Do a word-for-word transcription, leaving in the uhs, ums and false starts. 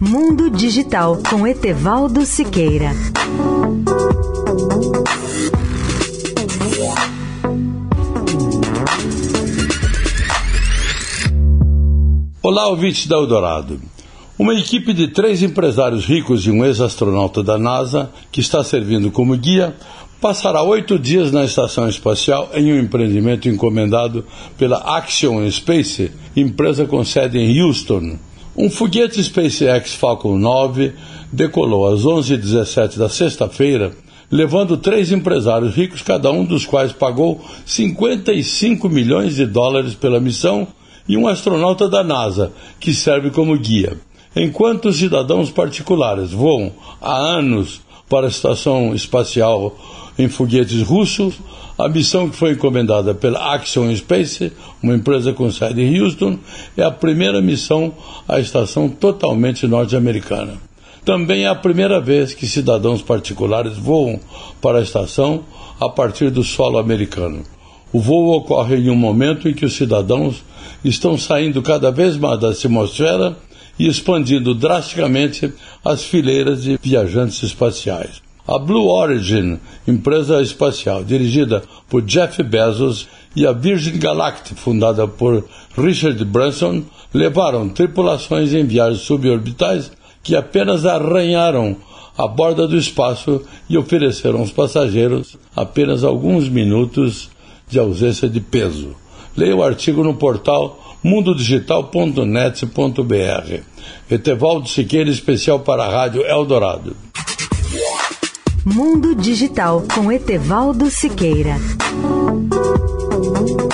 Mundo Digital com Etevaldo Siqueira. Olá, ouvintes da Eldorado. Uma equipe de três empresários ricos e um ex-astronauta da NASA, que está servindo como guia, passará oito dias na estação espacial em um empreendimento encomendado pela Axiom Space, empresa com sede em Houston. Um foguete SpaceX Falcon nove decolou às onze e dezessete da sexta-feira, levando três empresários ricos, cada um dos quais pagou cinquenta e cinco milhões de dólares pela missão, e um astronauta da NASA, que serve como guia. Enquanto os cidadãos particulares voam há anos para a estação espacial em foguetes russos, a missão que foi encomendada pela Axiom Space, uma empresa com sede em Houston, é a primeira missão à estação totalmente norte-americana. Também é a primeira vez que cidadãos particulares voam para a estação a partir do solo americano. O voo ocorre em um momento em que os cidadãos estão saindo cada vez mais da atmosfera e expandindo drasticamente as fileiras de viajantes espaciais. A Blue Origin, empresa espacial dirigida por Jeff Bezos, e a Virgin Galactic, fundada por Richard Branson, levaram tripulações em viagens suborbitais que apenas arranharam a borda do espaço e ofereceram aos passageiros apenas alguns minutos de ausência de peso. Leia o artigo no portal mundo digital ponto net ponto b r. Etevaldo Siqueira, especial para a Rádio Eldorado. Mundo Digital com Etevaldo Siqueira.